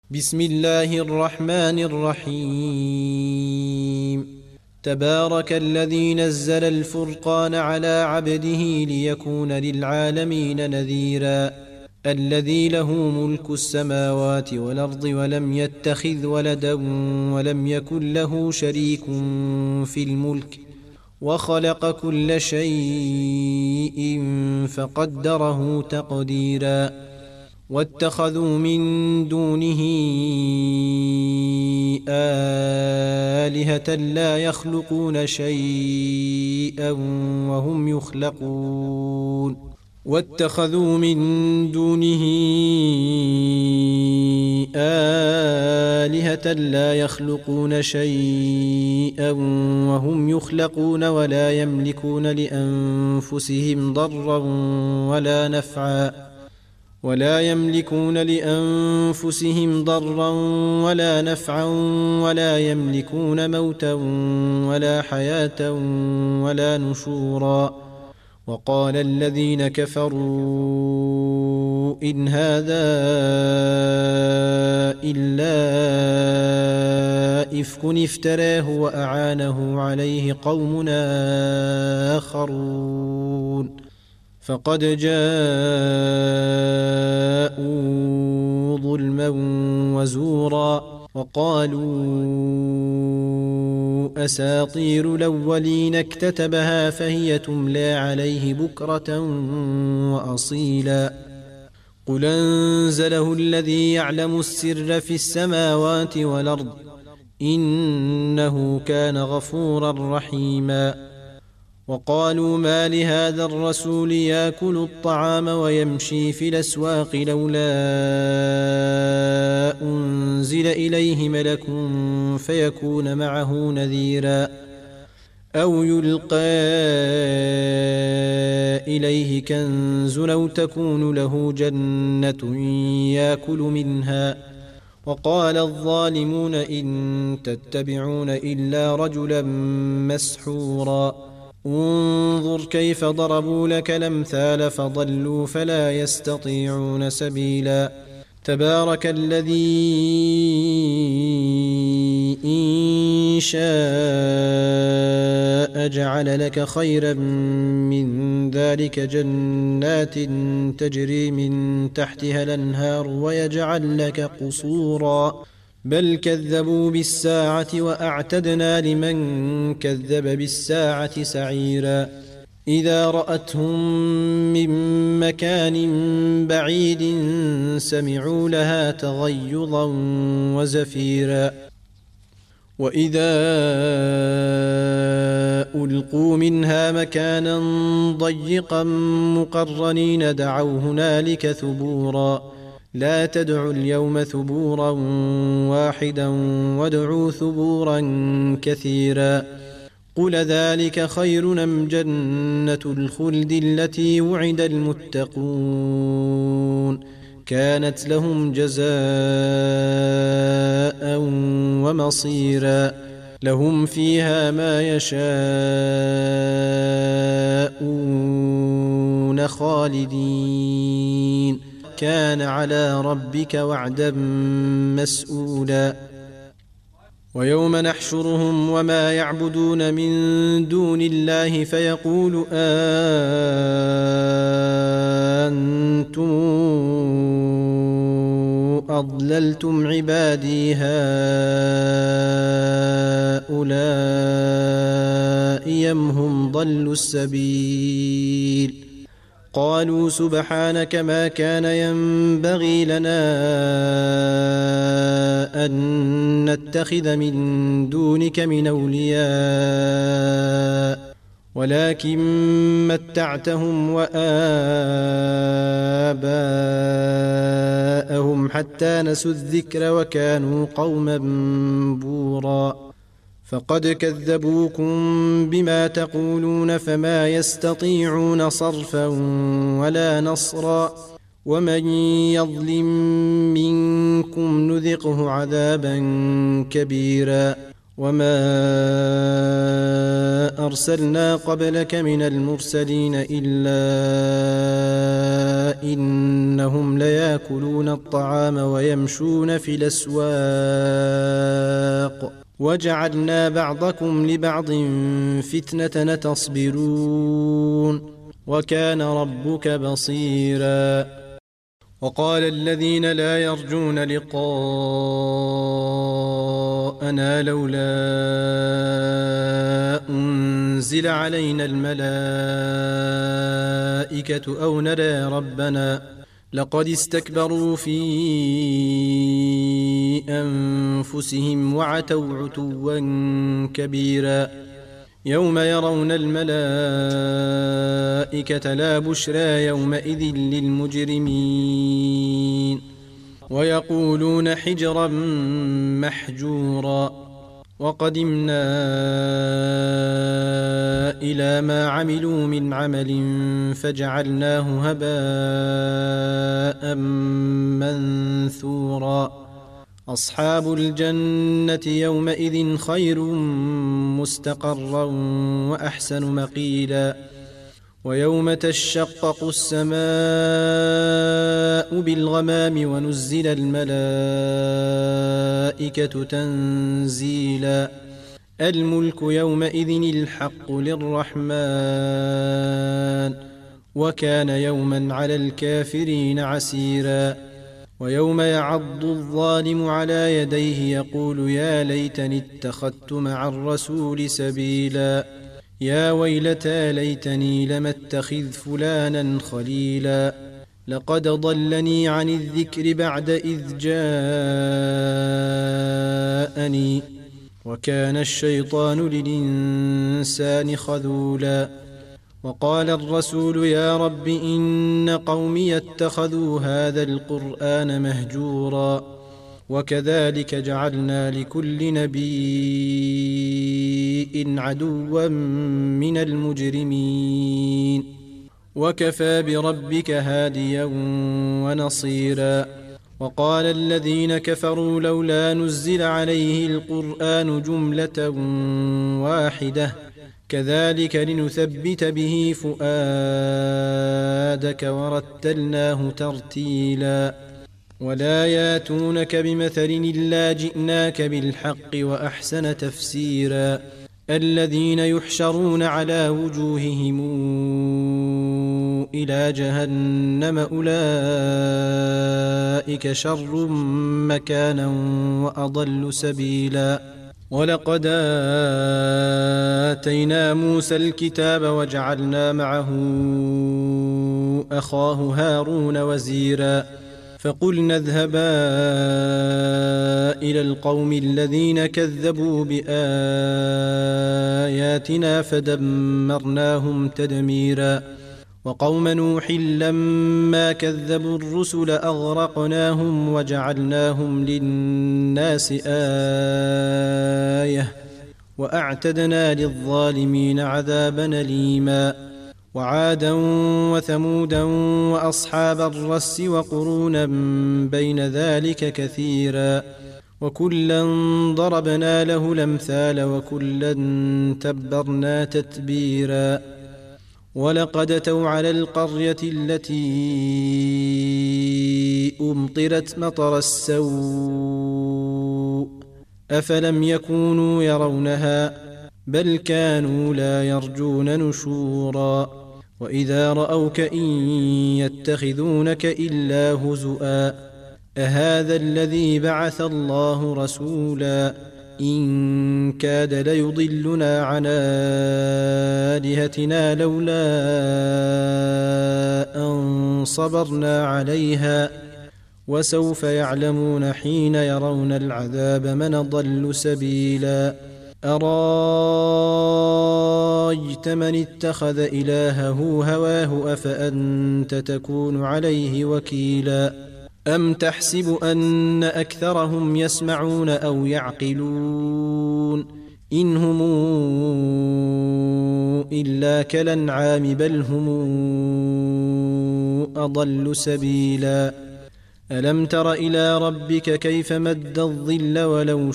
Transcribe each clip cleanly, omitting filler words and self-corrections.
بسم الله الرحمن الرحيم. تبارك الذي نزل الفرقان على عبده ليكون للعالمين نذيرا. الذي له ملك السماوات والأرض ولم يتخذ ولدا ولم يكن له شريك في الملك وخلق كل شيء فقدره تقديرا. واتخذوا من دونه آلهة لا يخلقون شيئا وهم يخلقون واتخذوا من دونه آلهة لا يخلقون شيئا وهم يخلقون ولا يملكون لأنفسهم ضرا ولا نفعا ولا يملكون موتا ولا حياة ولا نشورا. وقال الذين كفروا إن هذا إلا إفك افتراه وأعانه عليه قوم آخرون فقد جاءوا ظلما وزورا. وقالوا أساطير الأولين اكتتبها فهي تملى عليه بكرة وأصيلا. قل أنزله الذي يعلم السر في السماوات والأرض إنه كان غفورا رحيما. وقالوا ما لهذا الرسول يأكل الطعام ويمشي في الأسواق لولا أنزل إليه ملك فيكون معه نذيرا أو يلقى إليه كنز أو تكون له جنة يأكل منها. وقال الظالمون إن تتبعون إلا رجلا مسحورا. انظر كيف ضربوا لك الأمثال فضلوا فلا يستطيعون سبيلا. تبارك الذي إن شاء جعل لك خيرا من ذلك جنات تجري من تحتها الأنهار ويجعل لك قصورا بل كذبوا بالساعة وأعتدنا لمن كذب بالساعة سعيرا. إذا رأتهم من مكان بعيد سمعوا لها تغيظا وزفيرا. وإذا ألقوا منها مكانا ضيقا مقرنين دعوا هنالك ثبورا. لا تدعوا اليوم ثبورا واحدا وادعوا ثبورا كثيرا. قل ذلك خير أم جنة الخلد التي وعد المتقون كانت لهم جزاء ومصيرا. لهم فيها ما يشاءون خالدين كان على ربك وعدا مسؤولا. ويوم نحشرهم وما يعبدون من دون الله فيقول أنتم أضللتم عبادي هؤلاء أم هم ضلوا السبيل. قالوا سبحانك ما كان ينبغي لنا أن نتخذ من دونك من أولياء ولكن متعتهم وآباءهم حتى نسوا الذكر وكانوا قوما بورا. فقد كذبوكم بما تقولون فما يستطيعون صرفا ولا نصرا. ومن يظلم منكم نذقه عذابا كبيرا. وما أرسلنا قبلك من المرسلين إلا إنهم ليأكلون الطعام ويمشون في الأسواق وجعلنا بعضكم لبعض فتنة تصبرون وكان ربك بصيرا. وقال الذين لا يرجون لقاءنا لولا أنزل علينا الملائكة أو نرى ربنا لقد استكبروا في أنفسهم وعتوا عتوا كبيرا. يوم يرون الملائكة لا بشرى يومئذ للمجرمين ويقولون حجرا محجورا. وقدمنا إلى ما عملوا من عمل فجعلناه هباء منثورا. أصحاب الجنة يومئذ خير مستقرا وأحسن مقيلا. ويوم تشقق السماء بالغمام ونزل الملائكة تنزيلا. الملك يومئذ الحق للرحمن وكان يوما على الكافرين عسيرا. ويوم يعض الظالم على يديه يقول يا ليتني اتخذت مع الرسول سبيلا. يا ويلتى ليتني لم اتخذ فلانا خليلا لقد ضلني عن الذكر بعد إذ جاءني وكان الشيطان للإنسان خذولا. وقال الرسول يا رب إن قومي اتخذوا هذا القرآن مهجورا. وكذلك جعلنا لكل نبي عدوا من المجرمين وكفى بربك هاديا ونصيرا. وقال الذين كفروا لولا نزل عليه القرآن جملة واحدة كذلك لنثبت به فؤادك ورتلناه ترتيلا. ولا ياتونك بمثل إلا جئناك بالحق وأحسن تفسيرا. الذين يحشرون على وجوههم إلى جهنم أولئك شر مكانا وأضل سبيلا. ولقد آتينا موسى الكتاب وجعلنا معه أخاه هارون وزيرا. فقلنا اذهبا إلى القوم الذين كذبوا بآياتنا فدمرناهم تدميرا. وقوم نوح لما كذبوا الرسل أغرقناهم وجعلناهم للناس آية وأعتدنا للظالمين عذابا أليما. وعادا وثمودا وأصحاب الرس وقرونا بين ذلك كثيرا. وكلا ضربنا له الأمثال وكلا تبرنا تتبيرا. ولقد أتوا على القرية التي أمطرت مطر السوء أفلم يكونوا يرونها بل كانوا لا يرجون نشورا. وإذا رأوك إن يتخذونك إلا هزؤا أهذا الذي بعث الله رسولا إن كاد ليضلنا عن آلهتنا لولا أن صبرنا عليها وسوف يعلمون حين يرون العذاب من ضل سبيلا. أرايت من اتخذ إلهه هواه أفأنت تكون عليه وكيلا. أم تحسب أن أكثرهم يسمعون أو يعقلون إن هم إلا كالأنعام بل هم أضل سبيلا. ألم تر إلى ربك كيف مد الظل ولو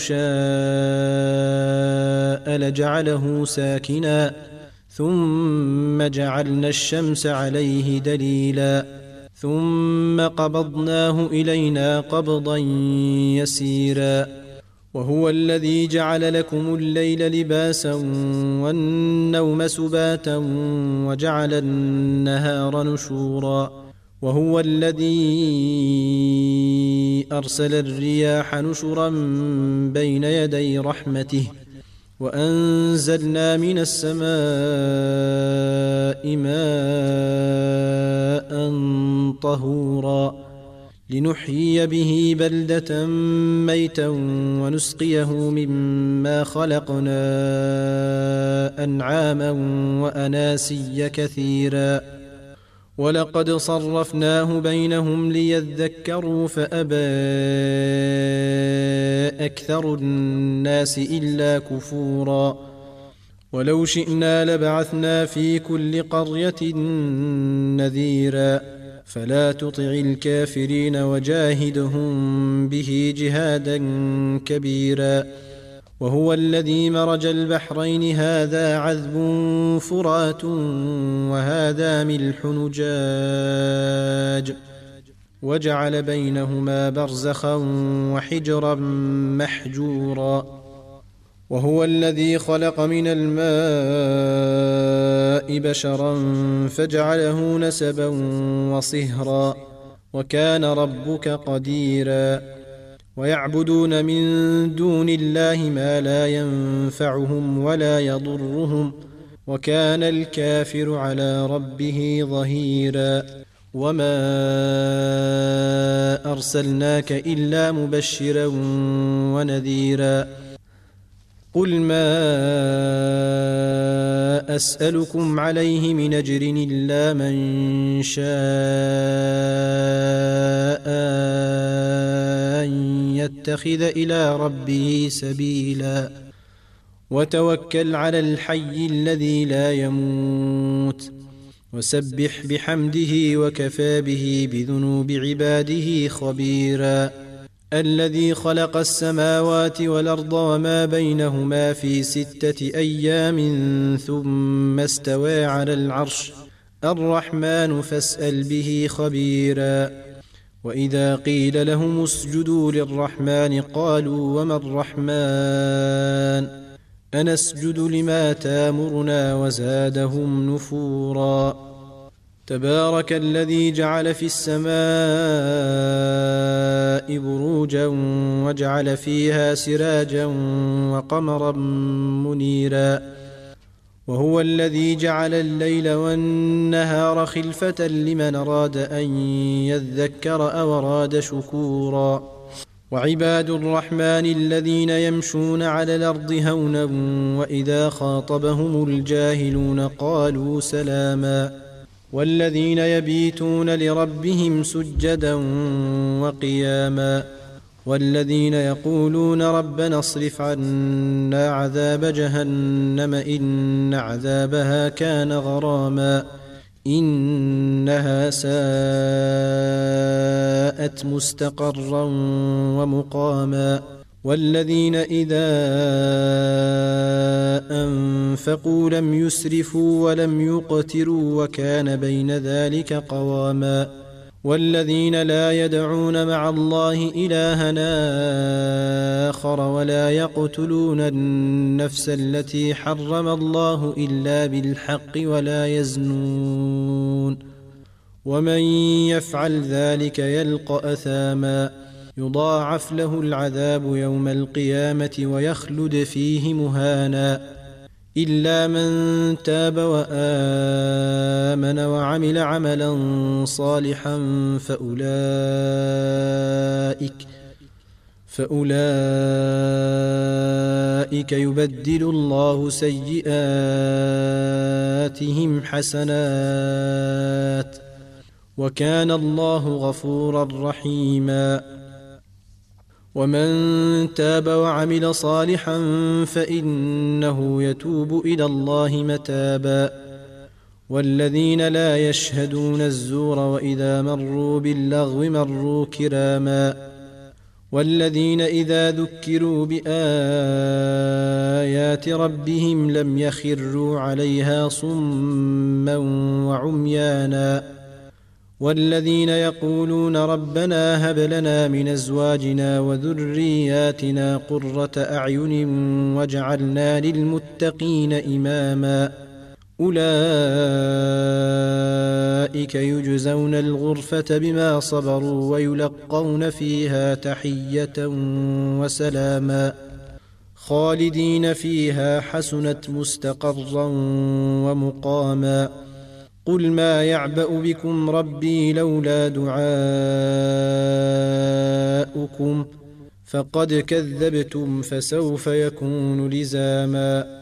شاء لجعله ساكنا ثم جعلنا الشمس عليه دليلا ثم قبضناه إلينا قبضا يسيرا وهو الذي جعل لكم الليل لباسا والنوم سباتا وجعل النهار نشورا وهو الذي أرسل الرياح نشرا بين يدي رحمته وأنزلنا من السماء ماء طهورا لنحيي به بلدة ميتا ونسقيه مما خلقنا أنعاما وأناسيا كثيرا ولقد صرفناه بينهم ليذكروا فأبى أكثر الناس إلا كفورا ولو شئنا لبعثنا في كل قرية نذيرا فلا تطع الكافرين وجاهدهم به جهادا كبيرا وهو الذي مرج البحرين هذا عذب فرات وهذا ملح نجاج وجعل بينهما برزخا وحجرا محجورا وهو الذي خلق من الماء بشرا فجعله نسبا وصهرا وكان ربك قديرا ويعبدون من دون الله ما لا ينفعهم ولا يضرهم وكان الكافر على ربه ظهيرا وما أرسلناك إلا مبشرا ونذيرا قل ما أسألكم عليه من أجر إلا من شاء أن يتخذ إلى ربه سبيلا وتوكل على الحي الذي لا يموت وسبح بحمده وكفى به بذنوب عباده خبيرا الذي خلق السماوات والأرض وما بينهما في 6 أيام ثم استوى على العرش الرحمن فاسأل به خبيرا وإذا قيل لهم اسجدوا للرحمن قالوا وما الرحمن أنسجد لما تامرنا وزادهم نفورا تبارك الذي جعل في السماء بروجا وجعل فيها سراجا وقمرا منيرا وهو الذي جعل الليل والنهار خلفة لمن أراد أن يذكر أو أراد شكورا وعباد الرحمن الذين يمشون على الأرض هونا وإذا خاطبهم الجاهلون قالوا سلاما والذين يبيتون لربهم سجدا وقياما والذين يقولون ربنا اصرف عنا عذاب جهنم إن عذابها كان غراما إنها ساءت مستقرا ومقاما والذين إذا أنفقوا لم يسرفوا ولم يقتروا وكان بين ذلك قواما والذين لا يدعون مع الله إلها آخر ولا يقتلون النفس التي حرم الله إلا بالحق ولا يزنون ومن يفعل ذلك يلقى أثاما يضاعف له العذاب يوم القيامة ويخلد فيه مهانا إلا من تاب وآمن وعمل عملا صالحا فأولئك يبدل الله سيئاتهم حسنات وكان الله غفورا رحيما ومن تاب وعمل صالحا فإنه يتوب إلى الله متابا والذين لا يشهدون الزور وإذا مروا باللغو مروا كراما والذين إذا ذكروا بآيات ربهم لم يخروا عليها صما وعميانا والذين يقولون ربنا هب لنا من أزواجنا وذرياتنا قرة أعين واجعلنا للمتقين إماما أولئك يجزون الغرفة بما صبروا ويلقون فيها تحية وسلاما خالدين فيها حسنت مستقرا ومقاما قل ما يعبأ بكم ربي لولا دعاؤكم فقد كذبتم فسوف يكون لزاما